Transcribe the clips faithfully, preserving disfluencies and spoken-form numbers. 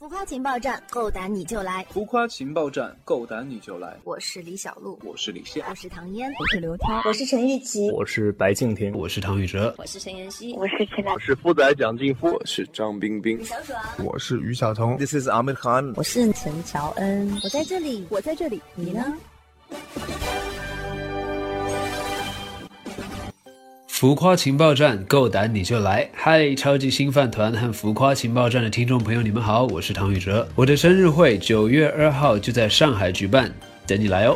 浮夸情报站，够胆你就来！ 浮夸情报站，够胆你就来！ 我是李小璐， 我是李现， 我是唐嫣， 我是刘涛， 我是陈玉琪， 我是白敬亭， 我是唐禹哲， 我是陈妍希， 我是陈我是富仔蒋劲夫， 我是张冰冰， 小爽， 我是于晓彤 ，This is Amir Khan， 我是陈乔恩， 我在这里， 我在这里， 你呢？ 浮夸情报站，够胆你就来！嗨，超级新饭团和浮夸情报站的听众朋友，你们好，我是唐禹哲。我的生日会九月二号就在上海举办，等你来哦。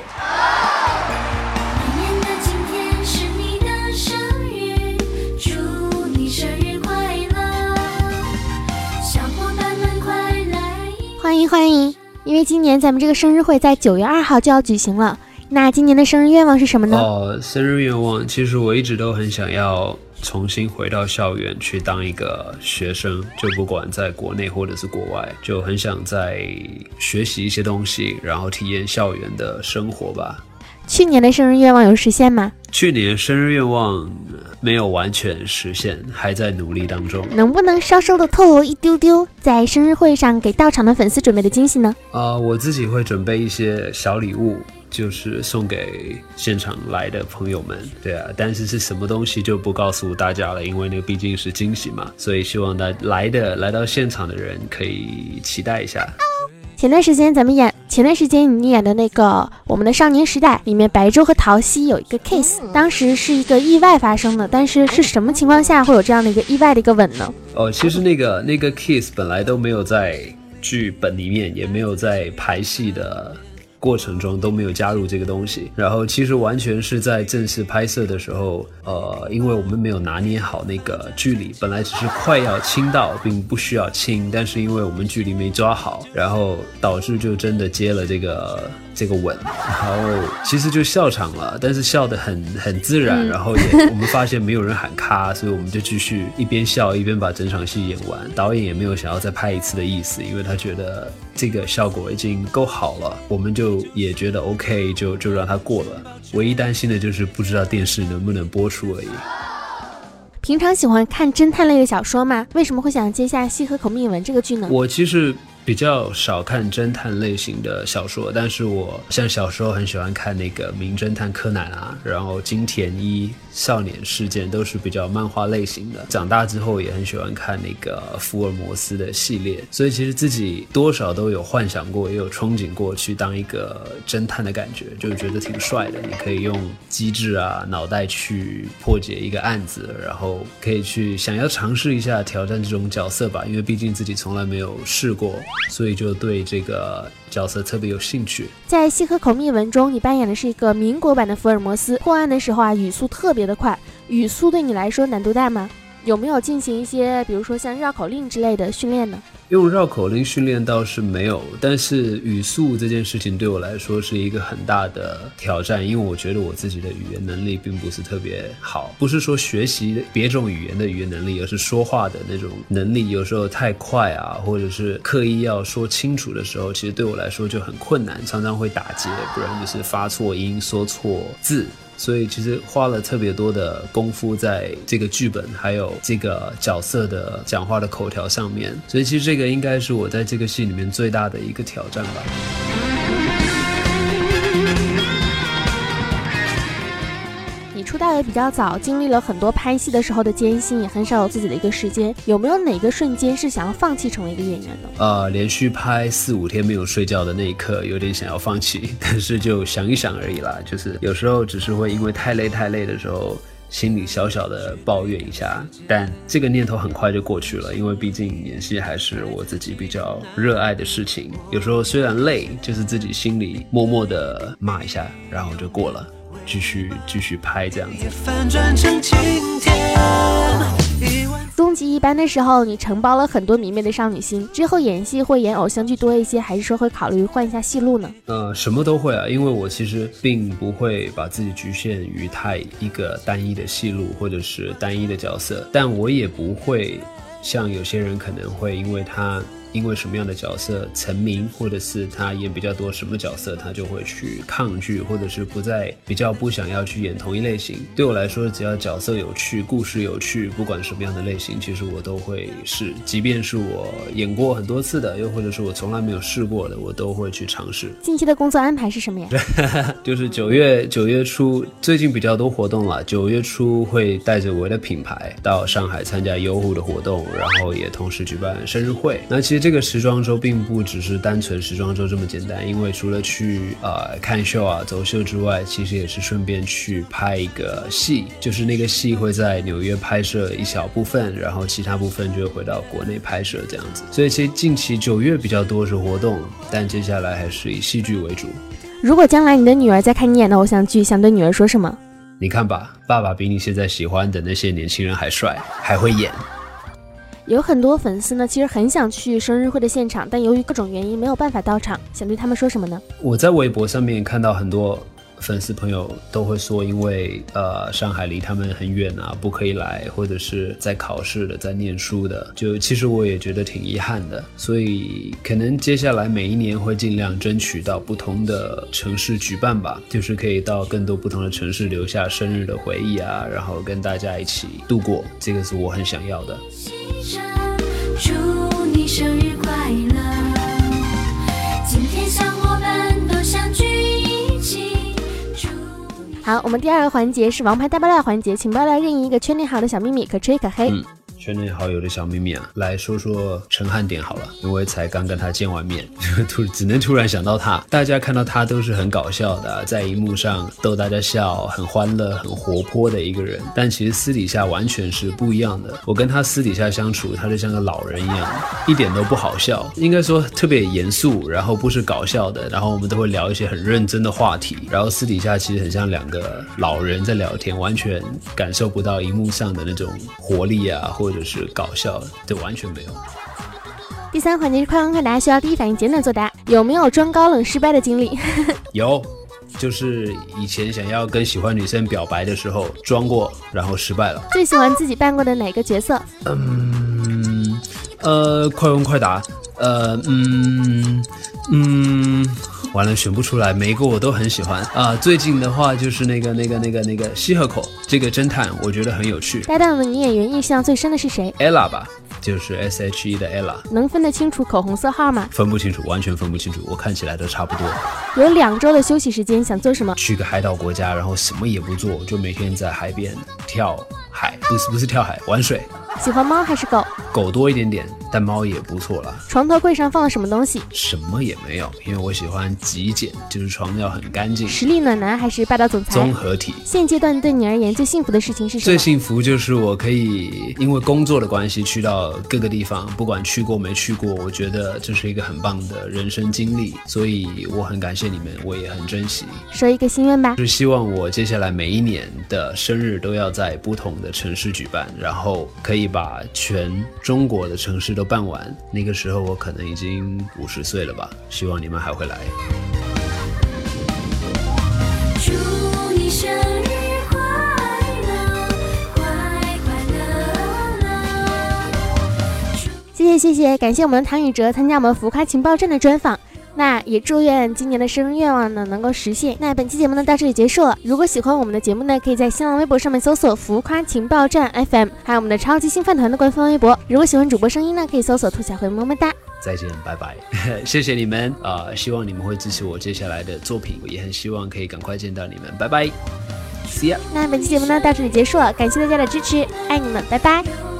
欢迎欢迎！因为今年咱们这个生日会在九月二号就要举行了。那今年的生日愿望是什么呢？ 哦，生日愿望，其实我一直都很想要重新回到校园去当一个学生，就不管在国内或者是国外，就很想再学习一些东西，然后体验校园的生活吧。 去年的生日愿望有实现吗？ 去年生日愿望没有完全实现，还在努力当中。 能不能稍稍的透露一丢丢在生日会上给到场的粉丝准备的惊喜呢？ 啊、呃，我自己会准备一些小礼物，就是送给现场来的朋友们，对啊，但是是什么东西就不告诉大家了，因为那个毕竟是惊喜嘛，所以希望大家来的来到现场的人可以期待一下。 前段时间咱们演，前段時間你演的那個我們的少年時代裡面，白周和陶曦有一個 case， 當時是一個意外發生的，但是是什麼情況下會有這樣的一個意外的一個吻呢？ 哦，其實那個那個 kiss 本來都沒有在劇本裡面，也沒有在排戲的過程中都沒有加入這個東西，然後其實完全是在正式拍攝的時候，呃，因為我們沒有拿捏好那個距離，本來只是快要親到，並不需要親，但是因為我們距離沒抓好，然後導致就真的接了這個這個吻，然後其實就笑場了，但是笑得很很自然，然後也我們發現沒有人喊咔，所以我們就繼續一邊笑一邊把整場戲演完，導演也沒有想要再拍一次的意思，因為他覺得這個效果已經夠好了，我們就也覺得 OK， 就就讓他過了，唯一擔心的就是不知道電視能不能播出而已。 平常喜歡看偵探類的小說嗎？為什麼會想接下《西河口密文》這個劇呢？ 我其實比較少看偵探類型的小說，但是我像小時候很喜歡看那個名偵探柯南啊，然後金田一少年事件都是比較漫畫類型的，長大之後也很喜歡看那個福爾摩斯的系列，所以其實自己多少都有幻想過，也有憧憬過去當一個偵探的感覺，就覺得挺帥的，你可以用機智啊腦袋去破解一個案子，然後可以去想要嘗試一下挑戰這種角色吧，因為畢竟自己從來沒有試過，所以就對這個角色特別有興趣。 在《西河口密文》中，你扮演的是一個民國版的福爾摩斯，破案的時候啊，語速特別的快，語速對你來說難度大嗎？有沒有進行一些比如說像繞口令之類的訓練呢？ 用繞口令訓練倒是沒有，但是語速這件事情對我來說是一個很大的挑戰，因為我覺得我自己的語言能力並不是特別好，不是說學習別種語言的語言能力，而是說話的那種能力有時候太快啊，或者是刻意要說清楚的時候，其實對我來說就很困難，常常會打結，不然就是發錯音說錯字，所以其實花了特別多的功夫在這個劇本還有這個角色的講話的口條上面，所以其實這個應該是我在這個戲裡面最大的一個挑戰吧。 你出道也比較早，經歷了很多拍戲的時候的艱辛，也很少有自己的一個時間，有沒有哪個瞬間是想要放棄成為一個演員呢？ 呃，連續拍四五天沒有睡覺的那一刻有點想要放棄，但是就想一想而已啦，就是有時候只是會因為太累太累的時候心裡小小的抱怨一下，但這個念頭很快就過去了，因為畢竟演戲還是我自己比較熱愛的事情，有時候雖然累，就是自己心裡默默的罵一下，然後就過了，繼續繼續拍這樣子。 終極一班的時候，你承包了很多迷妹的少女心，之後演戲會演偶像劇多一些，還是說會考慮換一下戲路呢？ 呃，什麼都會啊，因為我其實並不會把自己局限於太一個單一的戲路或者是單一的角色，但我也不會像有些人可能會因為他因为什么样的角色成名，或者是他演比较多什么角色，他就会去抗拒，或者是不再比较不想要去演同一类型。对我来说，只要角色有趣，故事有趣，不管什么样的类型，其实我都会试，即便是我演过很多次的，又或者是我从来没有试过的，我都会去尝试。 近期的工作安排是什么呀？ 就是九月九月初，最近比较多活动了。九月初会带着我的品牌到上海参加优户的活动，然后也同时举办生日会。那其实这个时装周并不只是单纯时装周这么简单，因为除了去呃看秀啊走秀之外，其实也是顺便去拍一个戏，就是那个戏会在纽约拍摄一小部分，然后其他部分就会回到国内拍摄这样子。所以其实近期九月比较多是活动，但接下来还是以戏剧为主。 如果将来你的女儿在看你演的偶像剧，想对女儿说什么？ 你看吧，爸爸比你现在喜欢的那些年轻人还帅，还会演。 有很多粉丝呢，其实很想去生日会的现场，但由于各种原因没有办法到场，想对他们说什么呢？ 我在微博上面看到很多粉丝朋友都会说，因为呃上海离他们很远啊，不可以来，或者是在考试的，在念书的，就其实我也觉得挺遗憾的。所以可能接下来每一年会尽量争取到不同的城市举办吧，就是可以到更多不同的城市留下生日的回忆啊，然后跟大家一起度过，这个是我很想要的。 祝你生日快乐，今天像伙伴都相聚一起。 好，我们第二个环节是王牌大爆料环节，请爆料任意一个圈内好的小秘密，可吹可黑。 嗯，圈内好友的小秘密啊，来说说陈汉典好了，因为才刚跟他见完面，突只能突然想到他。大家看到他都是很搞笑的、啊，在荧幕上逗大家笑，很欢乐、很活泼的一个人，但其实私底下完全是不一样的。我跟他私底下相处，他就像个老人一样，一点都不好笑，应该说特别严肃，然后不是搞笑的，然后我们都会聊一些很认真的话题，然后私底下其实很像两个老人在聊天，完全感受不到荧幕上的那种活力啊，或者是搞笑，这完全没有。 第三环节是快问快答，需要第一反应简短作答。有没有装高冷失败的经历？ 有，就是以前想要跟喜欢女生表白的时候装过，然后失败了。 最喜欢自己扮过的哪个角色？ 嗯，呃，快问快答，呃，嗯嗯。完了选不出来，每一个我都很喜欢啊、呃。最近的话就是那个那个那个那个西河口这个侦探，我觉得很有趣。 搭档的女演员印象最深的是谁 ？Ella 吧，就是 S H E 的 Ella。 能分得清楚口红色号吗？ 分不清楚，完全分不清楚，我看起来都差不多。 有两周的休息时间，想做什么？ 去个海岛国家，然后什么也不做，就每天在海边跳海，不是不是跳海，玩水。 喜欢猫还是狗？ 狗多一点点，但猫也不错啦。 床头柜上放了什么东西？ 什么也没有，因为我喜欢极简，就是床要很干净。 实力暖男还是霸道总裁？ 综合体。 现阶段对你而言最幸福的事情是什么？ 最幸福就是我可以因为工作的关系去到各个地方，不管去过没去过，我觉得这是一个很棒的人生经历，所以我很感谢你们，我也很珍惜。 说一个心愿吧。 就是希望我接下来每一年的生日都要在不同的城市举办，然后可以把全中国的城市都办完。那个时候我可能已经五十岁了吧，希望你们还会来。 祝你生日快乐，快快乐乐。 谢谢谢谢，感谢我们的唐禹哲参加我们浮夸情报站的专访。那也祝愿今年的生日愿望呢能够实现。那本期节目呢到这里结束了。如果喜欢我们的节目呢，可以在新浪微博上面搜索浮夸情报站 F M， 还有我们的超级星饭团的官方微博。如果喜欢主播声音呢，可以搜索兔小慧么么哒。 再见，拜拜。谢谢你们啊、呃！希望你们会支持我接下来的作品，我也很希望可以赶快见到你们。拜拜 ，See ya。 那本期节目呢到这里结束了，感谢大家的支持，爱你们，拜拜。